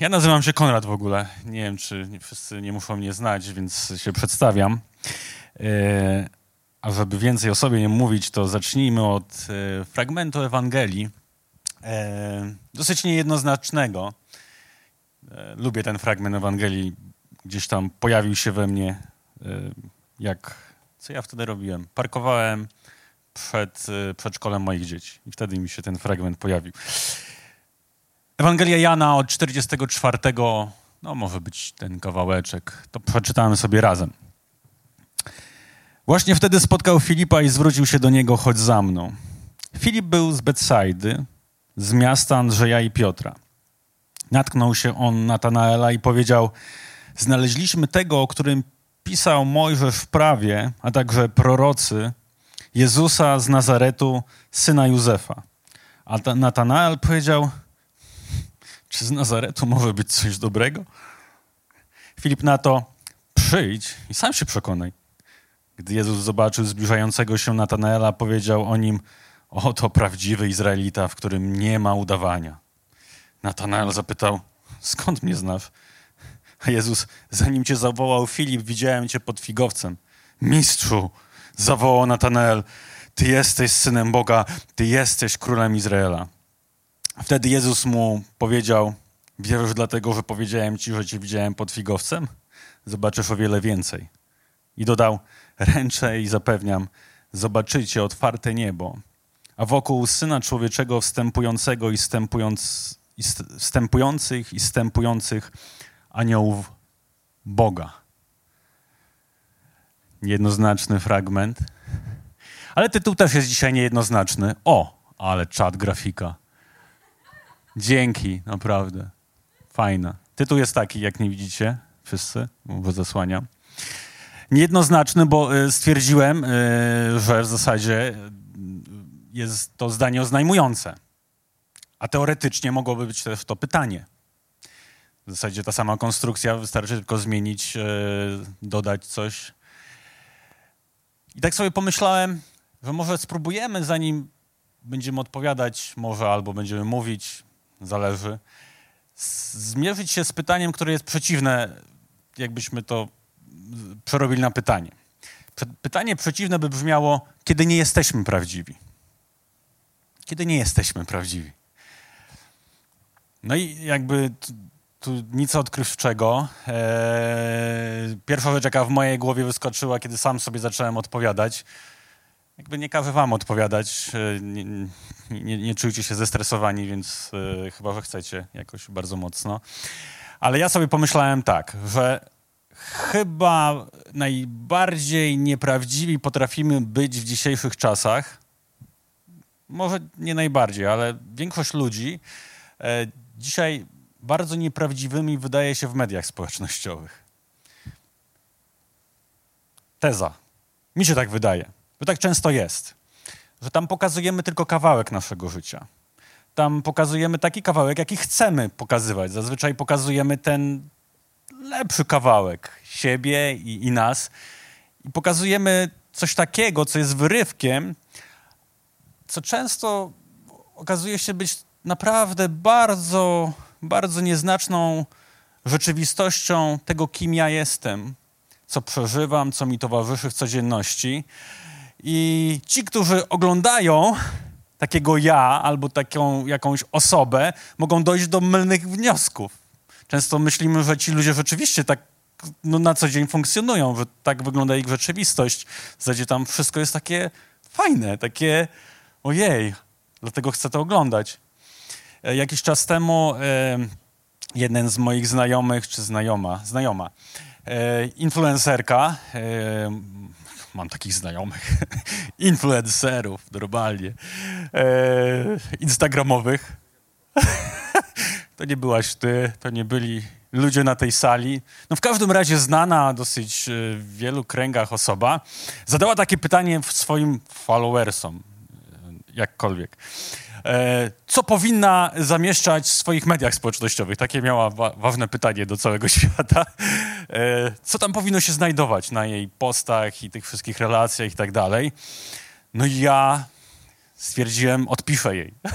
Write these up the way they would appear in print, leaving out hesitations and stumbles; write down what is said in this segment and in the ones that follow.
Ja nazywam się Konrad w ogóle. Nie wiem, czy wszyscy nie muszą mnie znać, więc się przedstawiam. A żeby więcej o sobie nie mówić, to zacznijmy od fragmentu Ewangelii, dosyć niejednoznacznego. Lubię ten fragment Ewangelii. Gdzieś tam pojawił się we mnie, co ja wtedy robiłem? Parkowałem przed przedszkolem moich dzieci i wtedy mi się ten fragment pojawił. Ewangelia Jana od 44, może być ten kawałeczek, to przeczytamy sobie razem. Właśnie wtedy spotkał Filipa i zwrócił się do niego: chodź za mną. Filip był z Betsajdy, z miasta Andrzeja i Piotra. Natknął się on Natanaela i powiedział: znaleźliśmy tego, o którym pisał Mojżesz w prawie, a także prorocy, Jezusa z Nazaretu, syna Józefa. A Natanael powiedział: czy z Nazaretu może być coś dobrego? Filip na to: przyjdź i sam się przekonaj. Gdy Jezus zobaczył zbliżającego się Natanaela, powiedział o nim: oto prawdziwy Izraelita, w którym nie ma udawania. Natanael zapytał: skąd mnie znasz? A Jezus: zanim cię zawołał Filip, widziałem cię pod figowcem. Mistrzu, zawołał Natanael, ty jesteś Synem Boga, ty jesteś Królem Izraela. Wtedy Jezus mu powiedział: wierzysz dlatego, że powiedziałem ci, że cię widziałem pod figowcem? Zobaczysz o wiele więcej. I dodał: ręczę i zapewniam, zobaczycie otwarte niebo, a wokół Syna Człowieczego wstępującego i wstępujących aniołów Boga. Niejednoznaczny fragment, ale tytuł też jest dzisiaj niejednoznaczny. Ale czad grafika. Dzięki, naprawdę. Fajna. Tytuł jest taki, jak nie widzicie wszyscy, bo zasłaniam. Niejednoznaczny, bo stwierdziłem, że w zasadzie jest to zdanie oznajmujące. A teoretycznie mogłoby być też to pytanie. W zasadzie ta sama konstrukcja, wystarczy tylko zmienić, dodać coś. I tak sobie pomyślałem, że może spróbujemy, zanim będziemy odpowiadać, może albo będziemy mówić, zależy, zmierzyć się z pytaniem, które jest przeciwne, jakbyśmy to przerobili na pytanie. Pytanie przeciwne by brzmiało: kiedy nie jesteśmy prawdziwi? Kiedy nie jesteśmy prawdziwi? No i jakby tu nic odkrywczego. Pierwsza rzecz, jaka w mojej głowie wyskoczyła, kiedy sam sobie zacząłem odpowiadać, jakby nie każę wam odpowiadać, nie czujcie się zestresowani, więc chyba, że chcecie jakoś bardzo mocno. Ale ja sobie pomyślałem tak, że chyba najbardziej nieprawdziwi potrafimy być w dzisiejszych czasach. Może nie najbardziej, ale większość ludzi dzisiaj bardzo nieprawdziwymi wydaje się w mediach społecznościowych. Teza. Mi się tak wydaje, że tak często jest, że tam pokazujemy tylko kawałek naszego życia. Tam pokazujemy taki kawałek, jaki chcemy pokazywać. Zazwyczaj pokazujemy ten lepszy kawałek siebie i nas. I pokazujemy coś takiego, co jest wyrywkiem, co często okazuje się być naprawdę bardzo, bardzo nieznaczną rzeczywistością tego, kim ja jestem, co przeżywam, co mi towarzyszy w codzienności. I ci, którzy oglądają takiego ja albo taką jakąś osobę, mogą dojść do mylnych wniosków. Często myślimy, że ci ludzie rzeczywiście tak na co dzień funkcjonują, że tak wygląda ich rzeczywistość. W zasadzie tam wszystko jest takie fajne, takie ojej, dlatego chcę to oglądać. Jakiś czas temu jeden z moich znajomych, czy znajoma, influencerka, mam takich znajomych, influencerów normalnie, instagramowych. To nie byłaś ty, to nie byli ludzie na tej sali. No w każdym razie znana dosyć w wielu kręgach osoba zadała takie pytanie swoim followersom, jakkolwiek. Co powinna zamieszczać w swoich mediach społecznościowych? Takie miała ważne pytanie do całego świata. Co tam powinno się znajdować na jej postach i tych wszystkich relacjach i tak dalej. No i ja stwierdziłem, odpiszę jej.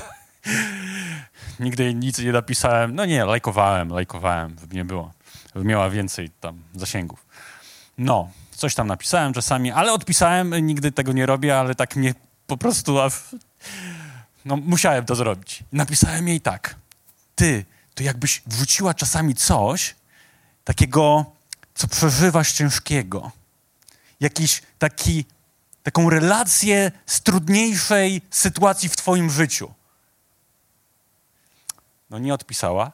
Nigdy nic nie napisałem. No nie, lajkowałem, żeby nie było. Żeby miała więcej tam zasięgów. No, coś tam napisałem czasami, ale odpisałem, nigdy tego nie robię, ale tak mnie po prostu... No, musiałem to zrobić. Napisałem jej tak. Ty, to jakbyś wrzuciła czasami coś takiego, co przeżywasz ciężkiego. Taką relację z trudniejszej sytuacji w twoim życiu. No nie odpisała.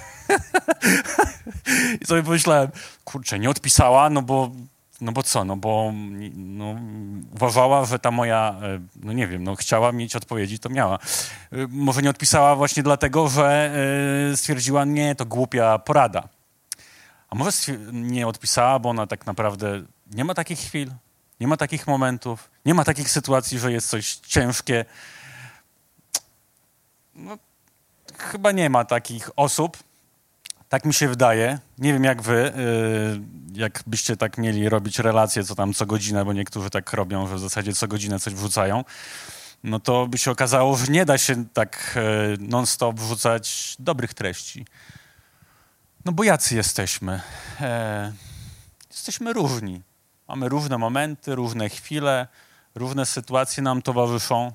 I sobie pomyślałem, kurczę, nie odpisała, no bo co, uważała, że ta moja, no nie wiem, chciała mieć odpowiedzi, to miała. Może nie odpisała właśnie dlatego, że stwierdziła, nie, to głupia porada. A może nie odpisała, bo ona tak naprawdę nie ma takich chwil, nie ma takich momentów, nie ma takich sytuacji, że jest coś ciężkie. No, chyba nie ma takich osób. Tak mi się wydaje. Nie wiem jak wy, jakbyście tak mieli robić relacje co godzinę, bo niektórzy tak robią, że w zasadzie co godzinę coś wrzucają, no to by się okazało, że nie da się tak non-stop wrzucać dobrych treści. No bo jacy jesteśmy? Jesteśmy różni. Mamy różne momenty, różne chwile, różne sytuacje nam towarzyszą.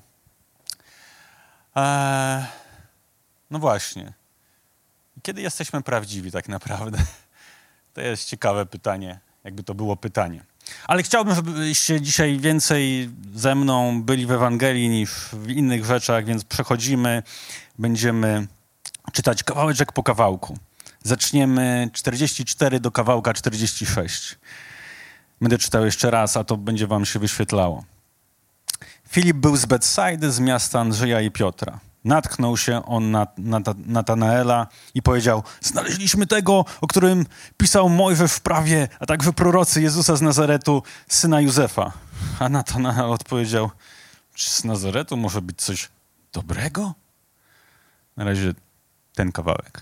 No właśnie. Kiedy jesteśmy prawdziwi tak naprawdę? To jest ciekawe pytanie, jakby to było pytanie. Ale chciałbym, żebyście dzisiaj więcej ze mną byli w Ewangelii niż w innych rzeczach, więc przechodzimy, będziemy czytać kawałeczek po kawałku. Zaczniemy 44 do kawałka 46. Będę czytał jeszcze raz, a to będzie wam się wyświetlało. Filip był z Betsajdy, z miasta Andrzeja i Piotra. Natknął się on na Natanaela i powiedział: znaleźliśmy tego, o którym pisał Mojżesz w prawie, a także prorocy, Jezusa z Nazaretu, syna Józefa. A Natanael odpowiedział: czy z Nazaretu może być coś dobrego? Na razie ten kawałek.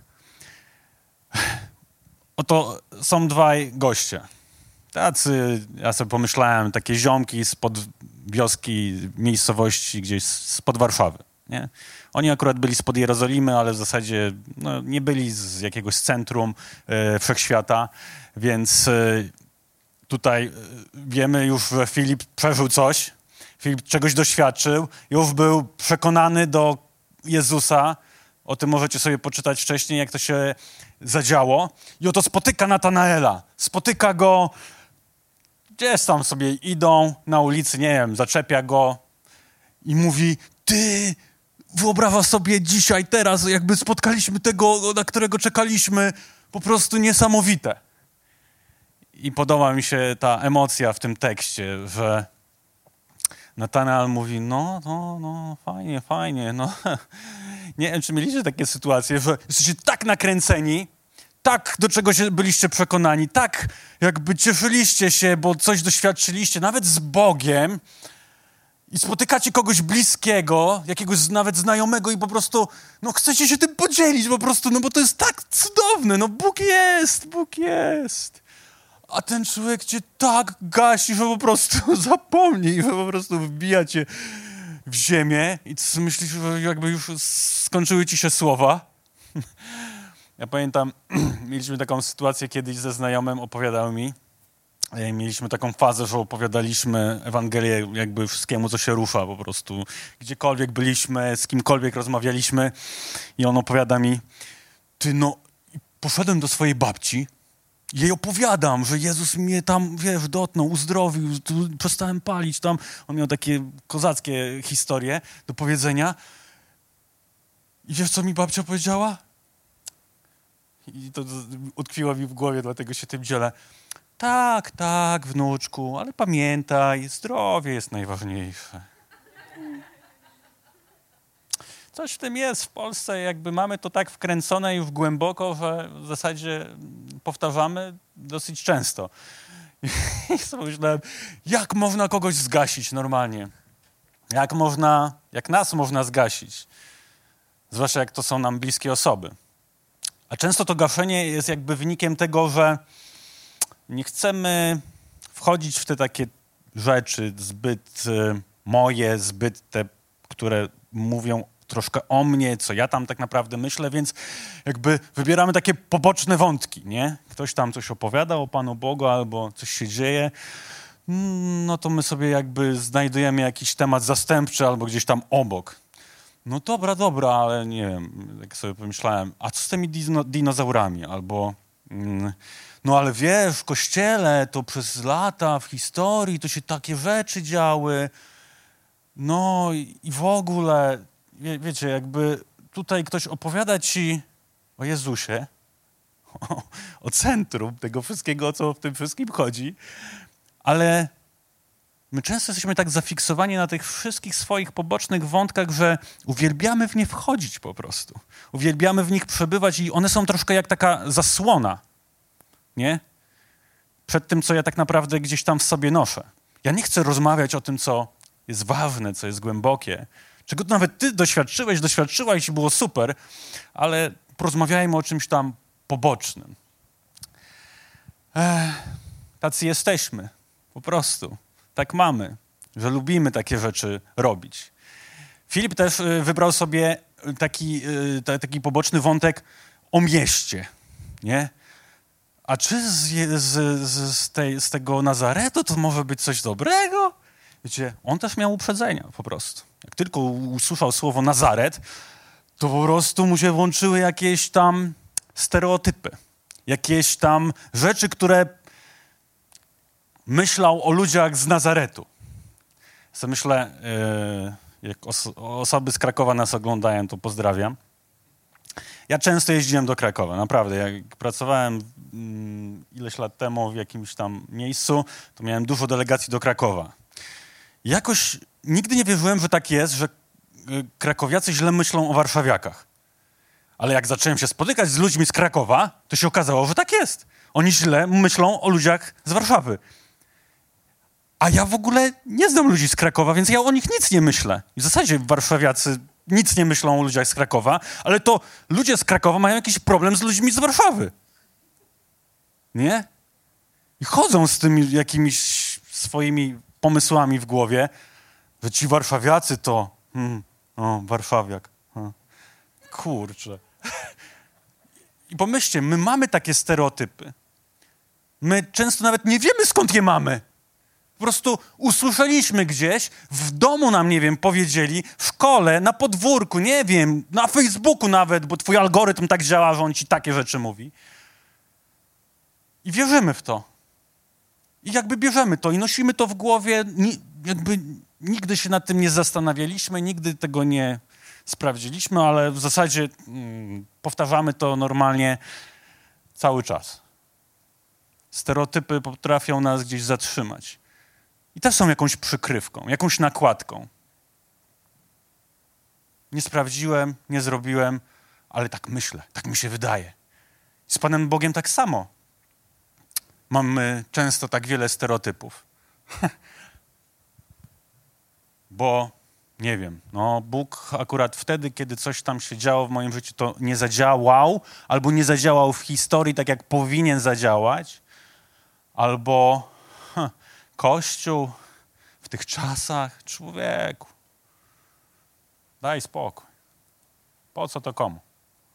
Oto są dwaj goście. Tacy, ja sobie pomyślałem, takie ziomki spod wioski, miejscowości gdzieś spod Warszawy. Nie? Oni akurat byli spod Jerozolimy, ale w zasadzie nie byli z jakiegoś centrum wszechświata, więc tutaj wiemy już, że Filip przeżył coś, Filip czegoś doświadczył, już był przekonany do Jezusa. O tym możecie sobie poczytać wcześniej, jak to się zadziało. I oto spotyka Natanaela. Spotyka go, gdzieś tam sobie idą na ulicy, nie wiem, zaczepia go i mówi: ty, wyobrażasz sobie dzisiaj, teraz, jakby spotkaliśmy tego, na którego czekaliśmy, po prostu niesamowite. I podoba mi się ta emocja w tym tekście, że Natanael mówi: no, fajnie, no. Nie wiem, czy mieliście takie sytuacje, że jesteście tak nakręceni, tak do czegoś byliście przekonani, tak jakby cieszyliście się, bo coś doświadczyliście, nawet z Bogiem, i spotykacie kogoś bliskiego, jakiegoś nawet znajomego i po prostu, chcecie się tym podzielić po prostu, bo to jest tak cudowne, Bóg jest. A ten człowiek cię tak gasi, że po prostu zapomnij, że po prostu wbija cię w ziemię i ty myślisz, że jakby już skończyły ci się słowa. Ja pamiętam, mieliśmy taką sytuację kiedyś ze znajomym, opowiadał mi. Mieliśmy taką fazę, że opowiadaliśmy Ewangelię jakby wszystkiemu, co się rusza po prostu. Gdziekolwiek byliśmy, z kimkolwiek rozmawialiśmy i on opowiada mi: ty, poszedłem do swojej babci, jej opowiadam, że Jezus mnie tam, dotknął, uzdrowił, przestałem palić tam. On miał takie kozackie historie do powiedzenia. I wiesz, co mi babcia powiedziała? I to utkwiło mi w głowie, dlatego się tym dzielę. Tak, wnuczku, ale pamiętaj, zdrowie jest najważniejsze. Coś w tym jest w Polsce, jakby mamy to tak wkręcone już głęboko, że w zasadzie powtarzamy dosyć często. I sobie myślałem, jak można kogoś zgasić normalnie? Jak nas można zgasić? Zwłaszcza jak to są nam bliskie osoby. A często to gaszenie jest jakby wynikiem tego, że nie chcemy wchodzić w te takie rzeczy zbyt moje, zbyt te, które mówią troszkę o mnie, co ja tam tak naprawdę myślę, więc jakby wybieramy takie poboczne wątki, nie? Ktoś tam coś opowiada o Panu Bogu albo coś się dzieje, no to my sobie jakby znajdujemy jakiś temat zastępczy albo gdzieś tam obok. No dobra, ale nie wiem, jak sobie pomyślałem, a co z tymi dinozaurami? Albo, no ale wiesz, w Kościele to przez lata, w historii to się takie rzeczy działy, no i w ogóle, wiecie, jakby tutaj ktoś opowiada ci o Jezusie, o centrum tego wszystkiego, o co w tym wszystkim chodzi, ale my często jesteśmy tak zafiksowani na tych wszystkich swoich pobocznych wątkach, że uwielbiamy w nie wchodzić po prostu. Uwielbiamy w nich przebywać i one są troszkę jak taka zasłona, nie? Przed tym, co ja tak naprawdę gdzieś tam w sobie noszę. Ja nie chcę rozmawiać o tym, co jest ważne, co jest głębokie, czego nawet ty doświadczyłaś i było super, ale porozmawiajmy o czymś tam pobocznym. Tacy jesteśmy, po prostu. Tak mamy, że lubimy takie rzeczy robić. Filip też wybrał sobie taki poboczny wątek o mieście, nie? A czy z tego Nazaretu to może być coś dobrego? Wiecie, on też miał uprzedzenia po prostu. Jak tylko usłyszał słowo Nazaret, to po prostu mu się włączyły jakieś tam stereotypy, jakieś tam rzeczy, które myślał o ludziach z Nazaretu. Co myślę, jak osoby z Krakowa nas oglądają, to pozdrawiam. Ja często jeździłem do Krakowa, naprawdę. Jak pracowałem ileś lat temu w jakimś tam miejscu, to miałem dużo delegacji do Krakowa. Jakoś nigdy nie wierzyłem, że tak jest, że krakowiacy źle myślą o warszawiakach. Ale jak zacząłem się spotykać z ludźmi z Krakowa, to się okazało, że tak jest. Oni źle myślą o ludziach z Warszawy. A ja w ogóle nie znam ludzi z Krakowa, więc ja o nich nic nie myślę. W zasadzie warszawiacy nic nie myślą o ludziach z Krakowa, ale to ludzie z Krakowa mają jakiś problem z ludźmi z Warszawy. Nie? I chodzą z tymi jakimiś swoimi pomysłami w głowie, że ci warszawiacy to... warszawiak. Kurczę. I pomyślcie, my mamy takie stereotypy. My często nawet nie wiemy, skąd je mamy. Po prostu usłyszeliśmy gdzieś, w domu nam, nie wiem, powiedzieli, w szkole, na podwórku, nie wiem, na Facebooku nawet, bo twój algorytm tak działa, że on ci takie rzeczy mówi. I wierzymy w to. I jakby bierzemy to i nosimy to w głowie, jakby nigdy się nad tym nie zastanawialiśmy, nigdy tego nie sprawdziliśmy, ale w zasadzie powtarzamy to normalnie cały czas. Stereotypy potrafią nas gdzieś zatrzymać. I też są jakąś przykrywką, jakąś nakładką. Nie sprawdziłem, nie zrobiłem, ale tak myślę, tak mi się wydaje. Z Panem Bogiem tak samo. Mamy często tak wiele stereotypów. Bo, nie wiem, Bóg akurat wtedy, kiedy coś tam się działo w moim życiu, to nie zadziałał, albo nie zadziałał w historii tak, jak powinien zadziałać, albo Kościół w tych czasach, człowieku, daj spokój. Po co to komu?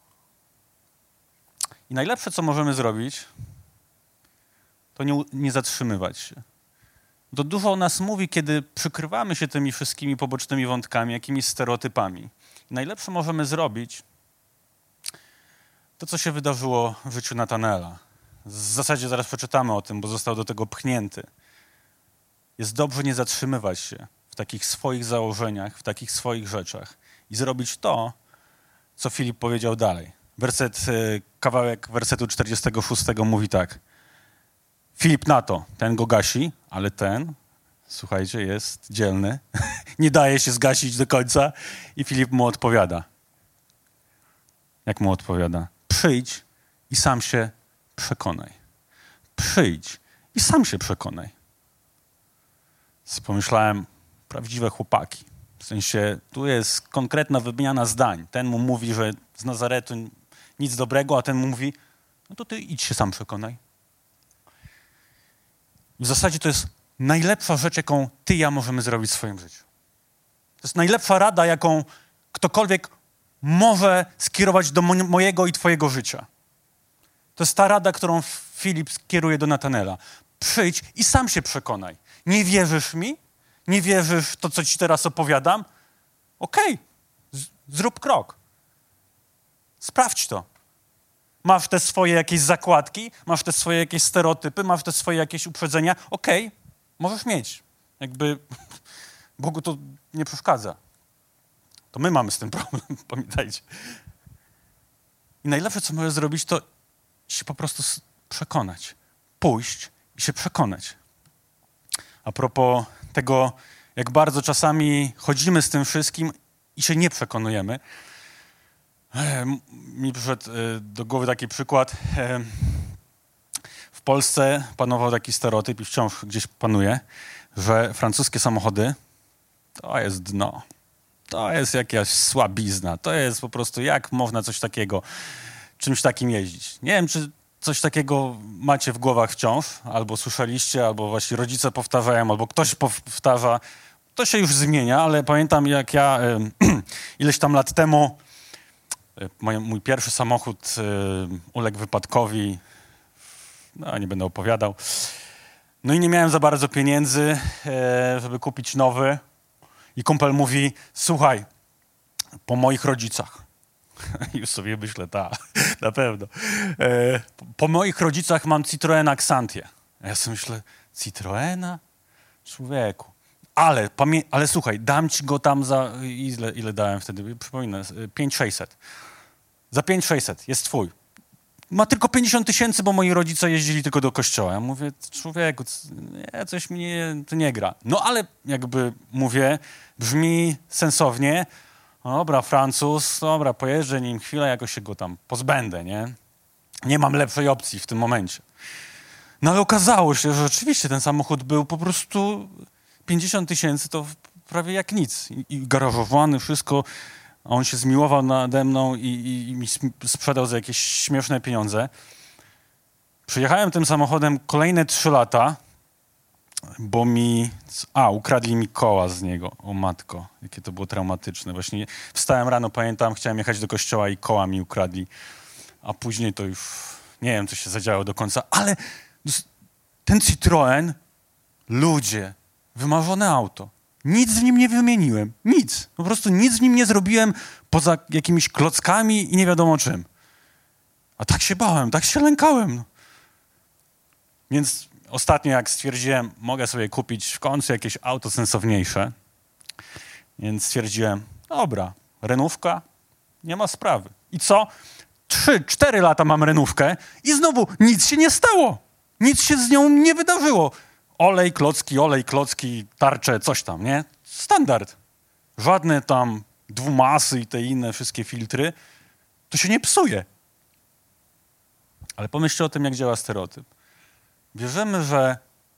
I najlepsze, co możemy zrobić, to nie zatrzymywać się. To dużo o nas mówi, kiedy przykrywamy się tymi wszystkimi pobocznymi wątkami, jakimiś stereotypami. I najlepsze możemy zrobić to, co się wydarzyło w życiu Natanaela. W zasadzie zaraz przeczytamy o tym, bo został do tego pchnięty. Jest dobrze nie zatrzymywać się w takich swoich założeniach, w takich swoich rzeczach i zrobić to, co Filip powiedział dalej. Kawałek wersetu 46 mówi tak. Filip na to, ten go gasi, ale ten, słuchajcie, jest dzielny, nie daje się zgasić do końca i Filip mu odpowiada. Jak mu odpowiada? Przyjdź i sam się przekonaj. Przyjdź i sam się przekonaj. Pomyślałem, prawdziwe chłopaki. W sensie, tu jest konkretna wymiana zdań. Ten mu mówi, że z Nazaretu nic dobrego, a ten mu mówi, no to ty idź się sam przekonaj. W zasadzie to jest najlepsza rzecz, jaką ty i ja możemy zrobić w swoim życiu. To jest najlepsza rada, jaką ktokolwiek może skierować do mojego i twojego życia. To jest ta rada, którą Filip skieruje do Natanela. Przyjdź i sam się przekonaj. Nie wierzysz mi? Nie wierzysz w to, co ci teraz opowiadam? Okej, zrób krok. Sprawdź to. Masz te swoje jakieś zakładki, masz te swoje jakieś stereotypy, masz te swoje jakieś uprzedzenia. Okej, możesz mieć. Jakby Bogu to nie przeszkadza. To my mamy z tym problem, pamiętajcie. I najlepsze, co możesz zrobić, to się po prostu przekonać. Pójść i się przekonać. A propos tego, jak bardzo czasami chodzimy z tym wszystkim i się nie przekonujemy. Mi przyszedł do głowy taki przykład. W Polsce panował taki stereotyp i wciąż gdzieś panuje, że francuskie samochody to jest dno. To jest jakaś słabizna. To jest po prostu, jak można coś takiego, czymś takim jeździć. Nie wiem, czy coś takiego macie w głowach wciąż, albo słyszeliście, albo właśnie rodzice powtarzają, albo ktoś powtarza. To się już zmienia, ale pamiętam, jak ja ileś tam lat temu mój pierwszy samochód uległ wypadkowi. No, nie będę opowiadał. No i nie miałem za bardzo pieniędzy, żeby kupić nowy. I kumpel mówi, słuchaj, po moich rodzicach. Już sobie myślę, na pewno. Po moich rodzicach mam Citroena Xantię. A ja sobie myślę, Citroena? Człowieku. Ale słuchaj, dam ci go tam za... Ile dałem wtedy? Przypominam, 5600. Za 5600 jest twój. Ma tylko 50 000, bo moi rodzice jeździli tylko do kościoła. Ja mówię, człowieku, coś mi to nie gra. No ale jakby mówię, brzmi sensownie. No dobra, Francuz, dobra, pojeżdżę nim chwilę, jakoś się go tam pozbędę, nie? Nie mam lepszej opcji w tym momencie. No ale okazało się, że rzeczywiście ten samochód był po prostu 50 000, to prawie jak nic. I garażowany, wszystko. A on się zmiłował nade mną i mi sprzedał za jakieś śmieszne pieniądze. Przyjechałem tym samochodem kolejne 3 lata, bo ukradli mi koła z niego. O matko, jakie to było traumatyczne. Właśnie wstałem rano, pamiętam, chciałem jechać do kościoła i koła mi ukradli. A później to już nie wiem, co się zadziało do końca. Ale ten Citroen, ludzie, wymarzone auto. Nic w nim nie wymieniłem. Nic. Po prostu nic w nim nie zrobiłem poza jakimiś klockami i nie wiadomo czym. A tak się bałem, tak się lękałem. Więc ostatnio jak stwierdziłem, mogę sobie kupić w końcu jakieś auto sensowniejsze. Więc stwierdziłem, dobra, renówka, nie ma sprawy. I co? 3-4 lata mam renówkę i znowu nic się nie stało. Nic się z nią nie wydarzyło. Olej, klocki, tarcze, coś tam, nie? Standard. Żadne tam dwumasy i te inne wszystkie filtry. To się nie psuje. Ale pomyślcie o tym, jak działa stereotyp. Bierzemy, że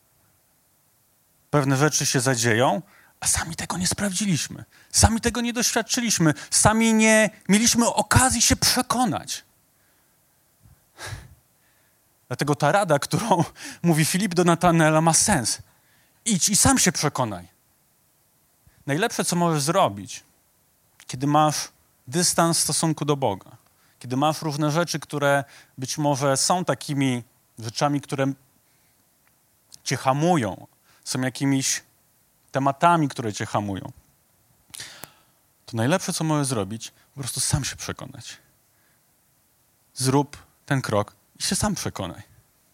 pewne rzeczy się zadzieją, a sami tego nie sprawdziliśmy. Sami tego nie doświadczyliśmy. Sami nie mieliśmy okazji się przekonać. Dlatego ta rada, którą mówi Filip do Natanela, ma sens. Idź i sam się przekonaj. Najlepsze, co możesz zrobić, kiedy masz dystans w stosunku do Boga, kiedy masz różne rzeczy, które być może są takimi rzeczami, które cię hamują, są jakimiś tematami, które cię hamują, to najlepsze, co możesz zrobić, po prostu sam się przekonać. Zrób ten krok i się sam przekonaj.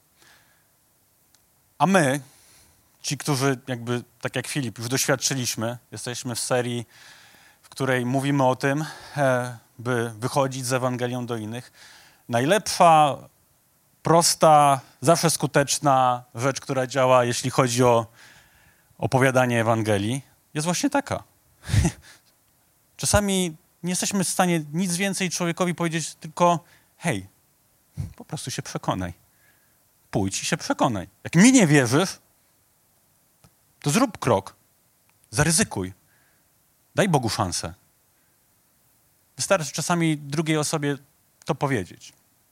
A my, ci, którzy jakby, tak jak Filip, już doświadczyliśmy, jesteśmy w serii, w której mówimy o tym, by wychodzić z Ewangelią do innych. Najlepsza, prosta, zawsze skuteczna rzecz, która działa, jeśli chodzi o opowiadanie Ewangelii, jest właśnie taka. Czasami nie jesteśmy w stanie nic więcej człowiekowi powiedzieć, tylko hej, po prostu się przekonaj. Pójdź i się przekonaj. Jak mi nie wierzysz, to zrób krok. Zaryzykuj. Daj Bogu szansę. Wystarczy czasami drugiej osobie to powiedzieć.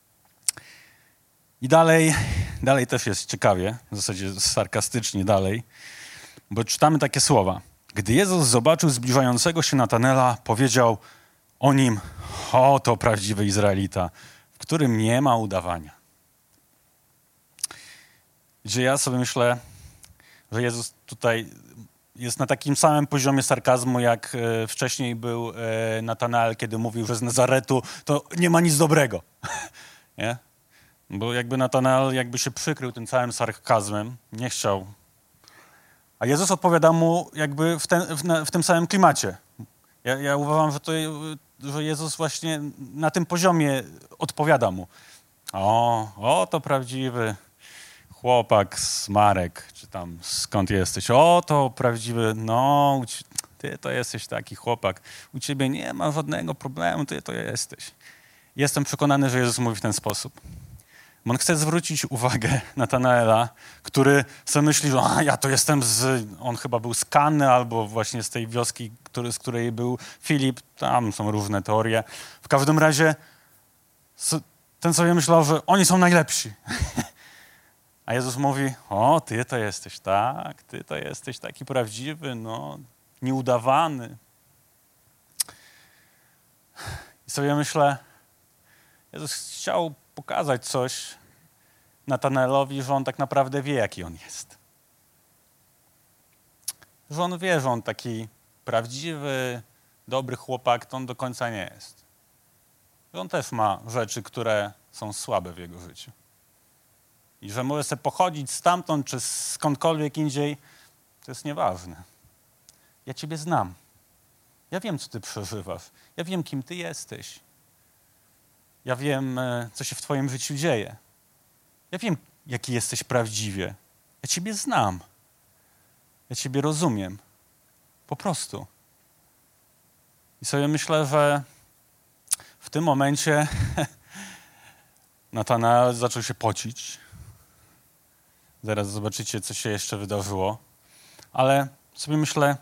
I dalej też jest ciekawie, w zasadzie sarkastycznie dalej, bo czytamy takie słowa. Gdy Jezus zobaczył zbliżającego się Natanela, powiedział, o nim, oto prawdziwy Izraelita, w którym nie ma udawania. Gdzie ja sobie myślę, że Jezus tutaj jest na takim samym poziomie sarkazmu, jak wcześniej był Natanael, kiedy mówił, że z Nazaretu to nie ma nic dobrego. Nie? Bo jakby Natanael jakby się przykrył tym całym sarkazmem, nie chciał. A Jezus odpowiada mu jakby w tym samym klimacie. Ja uważam, że Jezus właśnie na tym poziomie odpowiada mu. To prawdziwy chłopak z Marek, czy tam skąd jesteś. To prawdziwy, ty to jesteś taki chłopak. U ciebie nie ma żadnego problemu, ty to jesteś. Jestem przekonany, że Jezus mówi w ten sposób. Bo on chce zwrócić uwagę Natanaela, który sobie myśli, że ja to jestem on chyba był z Kanny albo właśnie z tej wioski, z której był Filip. Tam są różne teorie. W każdym razie ten sobie myślał, że oni są najlepsi. A Jezus mówi, ty to jesteś, tak, ty to jesteś taki prawdziwy, nieudawany. I sobie myślę, Jezus chciał pokazać coś Natanaelowi, że on tak naprawdę wie, jaki on jest. Że on wie, że on taki prawdziwy, dobry chłopak, to on do końca nie jest. Że on też ma rzeczy, które są słabe w jego życiu. I że może sobie pochodzić stamtąd, czy skądkolwiek indziej, to jest nieważne. Ja ciebie znam. Ja wiem, co ty przeżywasz. Ja wiem, kim ty jesteś. Ja wiem, co się w twoim życiu dzieje. Ja wiem, jaki jesteś prawdziwie. Ja ciebie znam. Ja ciebie rozumiem. Po prostu. I sobie myślę, że w tym momencie Natanael zaczął się pocić. Zaraz zobaczycie, co się jeszcze wydarzyło. Ale sobie myślę,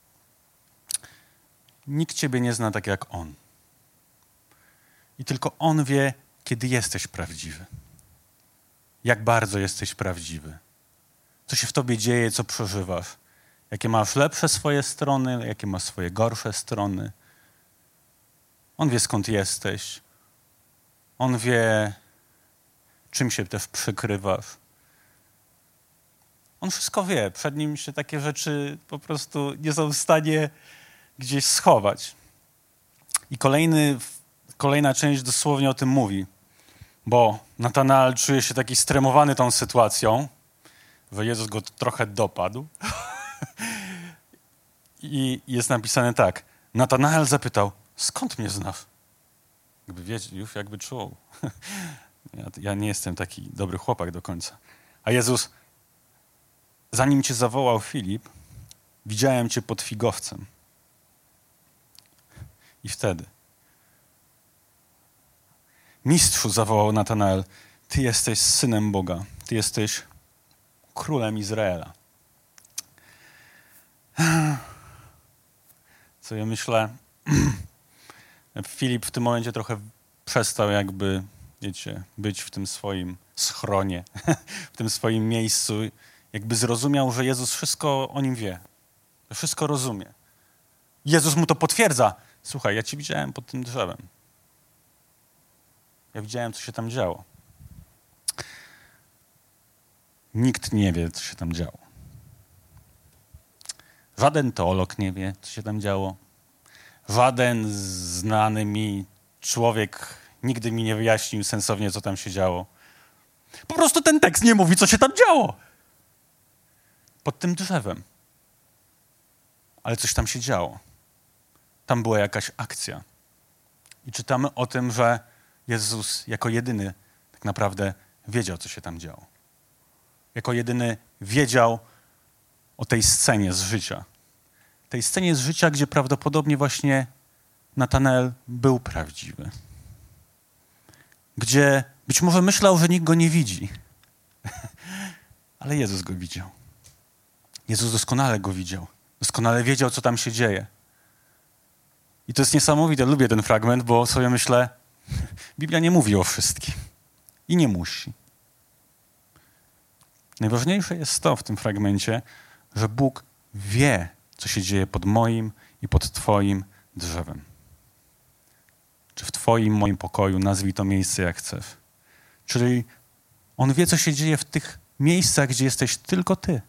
nikt ciebie nie zna tak jak on. I tylko on wie, kiedy jesteś prawdziwy. Jak bardzo jesteś prawdziwy. Co się w tobie dzieje, co przeżywasz. Jakie masz lepsze swoje strony, jakie masz swoje gorsze strony. On wie, skąd jesteś. On wie, czym się też przykrywasz. On wszystko wie. Przed nim się takie rzeczy po prostu nie są w stanie gdzieś schować. I kolejna część dosłownie o tym mówi. Bo Natanael czuje się taki stremowany tą sytuacją, że Jezus go trochę dopadł. I jest napisane tak. Natanael zapytał, skąd mnie znasz? Już jakby czuł. Ja nie jestem taki dobry chłopak do końca. A Jezus, zanim cię zawołał Filip, widziałem cię pod figowcem. I wtedy. Mistrzu, zawołał Natanael, ty jesteś synem Boga. Ty jesteś królem Izraela. Co ja myślę, Filip w tym momencie trochę przestał jakby, być w tym swoim schronie, w tym swoim miejscu. Jakby zrozumiał, że Jezus wszystko o nim wie. Że wszystko rozumie. Jezus mu to potwierdza. Słuchaj, ja cię widziałem pod tym drzewem. Ja widziałem, co się tam działo. Nikt nie wie, co się tam działo. Żaden teolog nie wie, co się tam działo. Żaden znany mi człowiek nigdy mi nie wyjaśnił sensownie, co tam się działo. Po prostu ten tekst nie mówi, co się tam działo. Pod tym drzewem. Ale coś tam się działo. Tam była jakaś akcja. I czytamy o tym, że Jezus jako jedyny tak naprawdę wiedział, co się tam działo. Jako jedyny wiedział o tej scenie z życia. Tej scenie z życia, gdzie prawdopodobnie właśnie Natanael był prawdziwy. Gdzie być może myślał, że nikt go nie widzi. Ale Jezus go widział. Jezus doskonale go widział. Doskonale wiedział, co tam się dzieje. I to jest niesamowite. Lubię ten fragment, bo sobie myślę, Biblia nie mówi o wszystkim. I nie musi. Najważniejsze jest to w tym fragmencie, że Bóg wie, co się dzieje pod moim i pod twoim drzewem. czy w twoim, moim pokoju, nazwij to miejsce jak chcesz. Czyli on wie, co się dzieje w tych miejscach, gdzie jesteś tylko ty.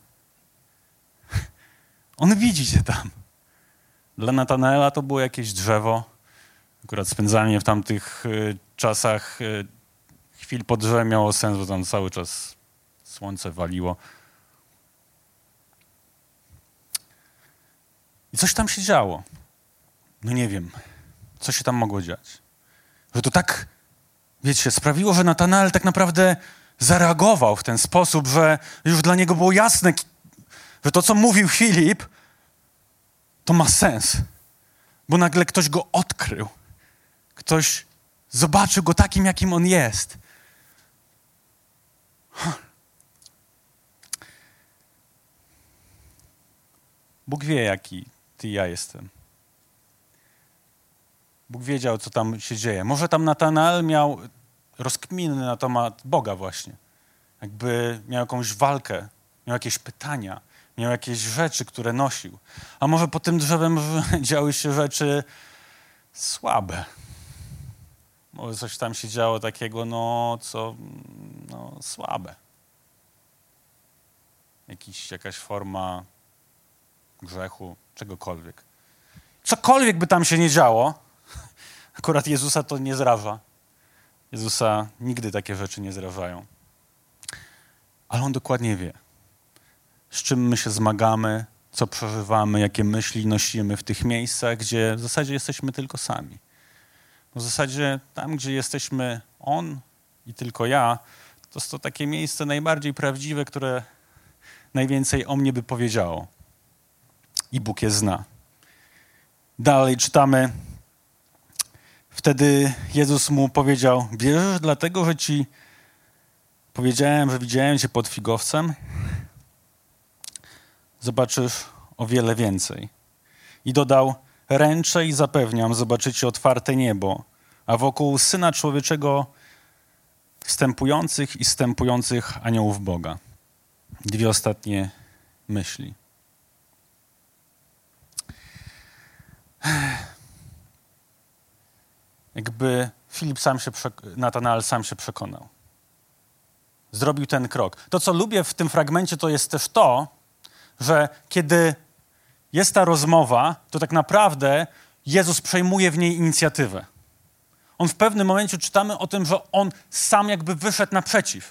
On widzi cię tam. Dla Natanaela to było jakieś drzewo. Akurat spędzanie w tamtych czasach chwil pod drzewem miało sens, bo tam cały czas słońce waliło. I coś tam się działo. No nie wiem, co się tam mogło dziać. Że to tak, wiecie, sprawiło, że Natanael tak naprawdę zareagował w ten sposób, że już dla niego było jasne, że to, co mówił Filip, to ma sens. Bo nagle ktoś go odkrył. Ktoś zobaczył go takim, jakim on jest. Bóg wie, jaki ty i ja jestem. Bóg wiedział, co tam się dzieje. Może tam Natanael miał rozkminy na temat Boga właśnie. Jakby miał jakąś walkę, miał jakieś pytania, miał jakieś rzeczy, które nosił. A może pod tym drzewem działy się rzeczy słabe. Może coś tam się działo takiego, słabe. Jakaś forma grzechu, czegokolwiek. Cokolwiek by tam się nie działo, akurat Jezusa to nie zraża. Jezusa nigdy takie rzeczy nie zrażają. Ale On dokładnie wie, z czym my się zmagamy, co przeżywamy, jakie myśli nosimy w tych miejscach, gdzie w zasadzie jesteśmy tylko sami. W zasadzie tam, gdzie jesteśmy On i tylko ja, to jest to takie miejsce najbardziej prawdziwe, które najwięcej o mnie by powiedziało. I Bóg je zna. Dalej czytamy. Wtedy Jezus mu powiedział: wierzysz dlatego, że ci powiedziałem, że widziałem cię pod figowcem? Zobaczysz o wiele więcej. I dodał: ręczę i zapewniam, zobaczycie otwarte niebo, a wokół Syna Człowieczego wstępujących i zstępujących aniołów Boga. Dwie ostatnie myśli. Jakby Natanael sam się przekonał. Zrobił ten krok. To, co lubię w tym fragmencie, to jest też to, że kiedy jest ta rozmowa, to tak naprawdę Jezus przejmuje w niej inicjatywę. On w pewnym momencie czytamy o tym, że On sam jakby wyszedł naprzeciw.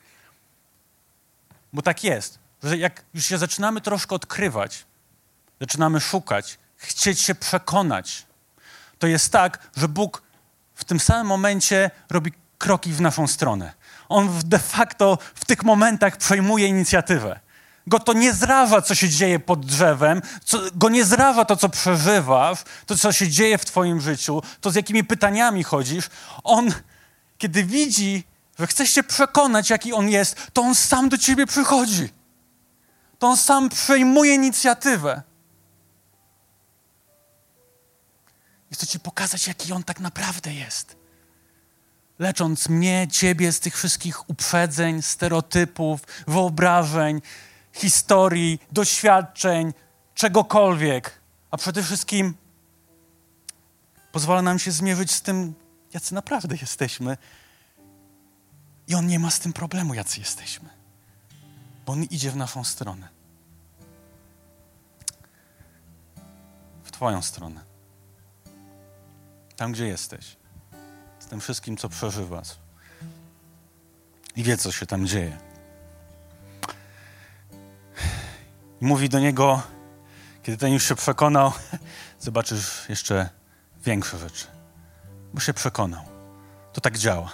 Bo tak jest, że jak już się zaczynamy troszkę odkrywać, zaczynamy szukać, chcieć się przekonać, to jest tak, że Bóg w tym samym momencie robi kroki w naszą stronę. On de facto w tych momentach przejmuje inicjatywę. Go to nie zraża, co się dzieje pod drzewem, go nie zraża to, co przeżywasz, to, co się dzieje w twoim życiu, to, z jakimi pytaniami chodzisz. On, kiedy widzi, że chcesz się przekonać, jaki On jest, to On sam do ciebie przychodzi. To On sam przejmuje inicjatywę. I chcę ci pokazać, jaki On tak naprawdę jest. Lecząc mnie, ciebie z tych wszystkich uprzedzeń, stereotypów, wyobrażeń, historii, doświadczeń, czegokolwiek. A przede wszystkim pozwala nam się zmierzyć z tym, jacy naprawdę jesteśmy. I On nie ma z tym problemu, jacy jesteśmy. Bo On idzie w naszą stronę. W twoją stronę. Tam, gdzie jesteś. Z tym wszystkim, co przeżywasz. I wie, co się tam dzieje. I mówi do niego, kiedy ten już się przekonał, zobaczysz jeszcze większe rzeczy. Bo się przekonał. To tak działa.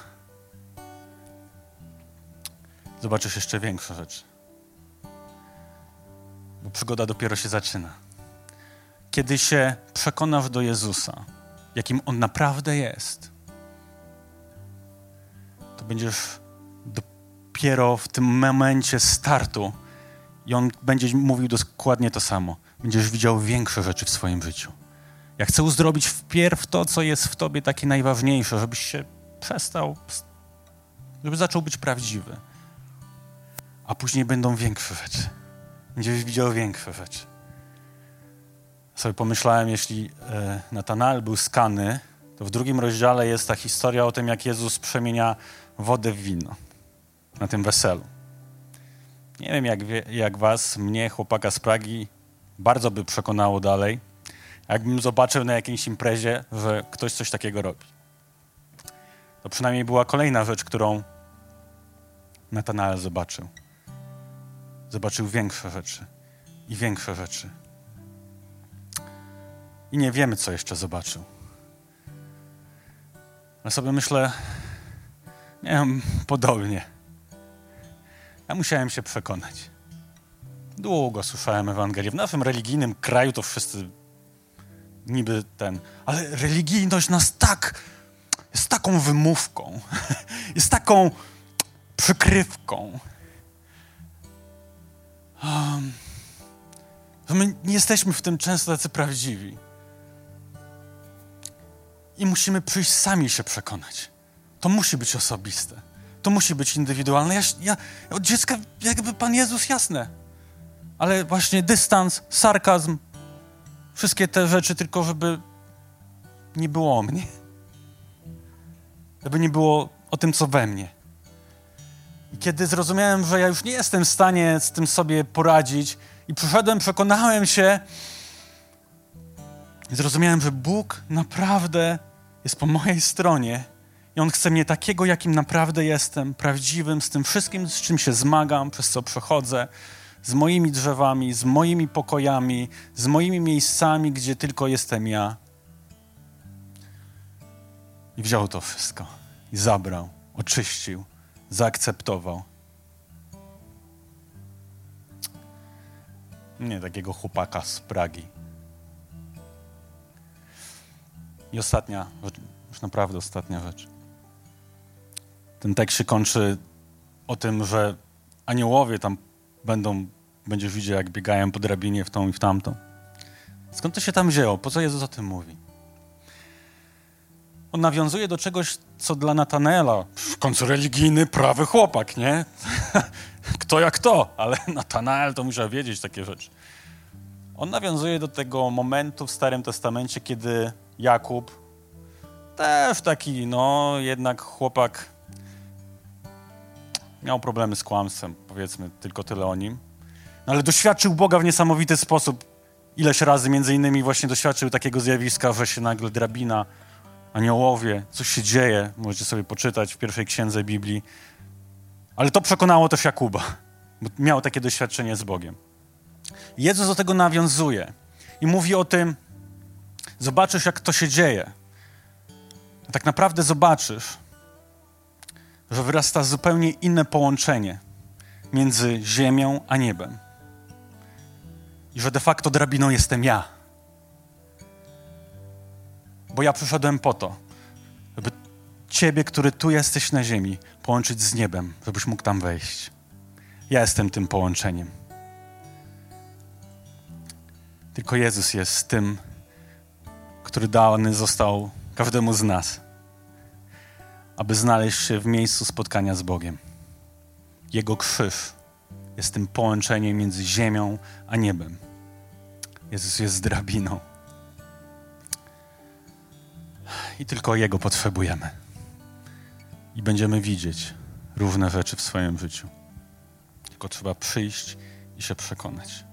Zobaczysz jeszcze większe rzeczy. Bo przygoda dopiero się zaczyna. Kiedy się przekonasz do Jezusa, jakim On naprawdę jest, to będziesz dopiero w tym momencie startu i On będzie mówił dokładnie to samo. Będziesz widział większe rzeczy w swoim życiu. Ja chcę uzdrowić wpierw to, co jest w tobie takie najważniejsze, żebyś się przestał, żeby zaczął być prawdziwy. A później będą większe rzeczy. Będziesz widział większe rzeczy. Sobie pomyślałem, jeśli Natanael był skany, to w 2 rozdziale jest ta historia o tym, jak Jezus przemienia wodę w wino na tym weselu. Nie wiem jak was, mnie, chłopaka z Pragi, bardzo by przekonało dalej, jakbym zobaczył na jakiejś imprezie, że ktoś coś takiego robi. To przynajmniej była kolejna rzecz, którą Natanael zobaczył. Zobaczył większe rzeczy i większe rzeczy. I nie wiemy, co jeszcze zobaczył. Ale sobie myślę, nie wiem, podobnie. Ja musiałem się przekonać. Długo słyszałem Ewangelię. W naszym religijnym kraju to wszyscy niby ale religijność nas jest taką wymówką, jest taką przykrywką, że my nie jesteśmy w tym często tacy prawdziwi. I musimy przyjść sami się przekonać. To musi być osobiste. To musi być indywidualne. Ja od dziecka jakby Pan Jezus, jasne. Ale właśnie dystans, sarkazm, wszystkie te rzeczy, tylko żeby nie było o mnie. Żeby nie było o tym, co we mnie. I kiedy zrozumiałem, że ja już nie jestem w stanie z tym sobie poradzić i przyszedłem, przekonałem się i zrozumiałem, że Bóg naprawdę jest po mojej stronie i On chce mnie takiego, jakim naprawdę jestem, prawdziwym, z tym wszystkim, z czym się zmagam, przez co przechodzę, z moimi drzewami, z moimi pokojami, z moimi miejscami, gdzie tylko jestem ja. I wziął to wszystko i zabrał, oczyścił, zaakceptował. Nie takiego chłopaka z Pragi. I ostatnia rzecz, już naprawdę ostatnia rzecz. Ten tekst się kończy o tym, że aniołowie tam będziesz widział, jak biegają po drabinie w tą i w tamtą. Skąd to się tam wzięło? Po co Jezus o tym mówi? On nawiązuje do czegoś, co dla Natanaela, w końcu religijny, prawy chłopak, nie? Kto jak to, ale Natanael to musiał wiedzieć takie rzeczy. On nawiązuje do tego momentu w Starym Testamencie, kiedy Jakub, też taki, jednak chłopak, miał problemy z kłamstwem, powiedzmy, tylko tyle o nim. Ale doświadczył Boga w niesamowity sposób. Ileś razy, między innymi, właśnie doświadczył takiego zjawiska, że się nagle drabina, aniołowie, coś się dzieje. Możecie sobie poczytać w pierwszej księdze Biblii. Ale to przekonało też Jakuba, bo miał takie doświadczenie z Bogiem. Jezus do tego nawiązuje i mówi o tym, zobaczysz, jak to się dzieje. Tak naprawdę zobaczysz, że wyrasta zupełnie inne połączenie między ziemią a niebem. I że de facto drabiną jestem ja. Bo ja przyszedłem po to, żeby ciebie, który tu jesteś na ziemi, połączyć z niebem, żebyś mógł tam wejść. Ja jestem tym połączeniem. Tylko Jezus jest tym, który dany został każdemu z nas, aby znaleźć się w miejscu spotkania z Bogiem. Jego krzyż jest tym połączeniem między ziemią a niebem. Jezus jest drabiną. I tylko Jego potrzebujemy. I będziemy widzieć różne rzeczy w swoim życiu. Tylko trzeba przyjść i się przekonać.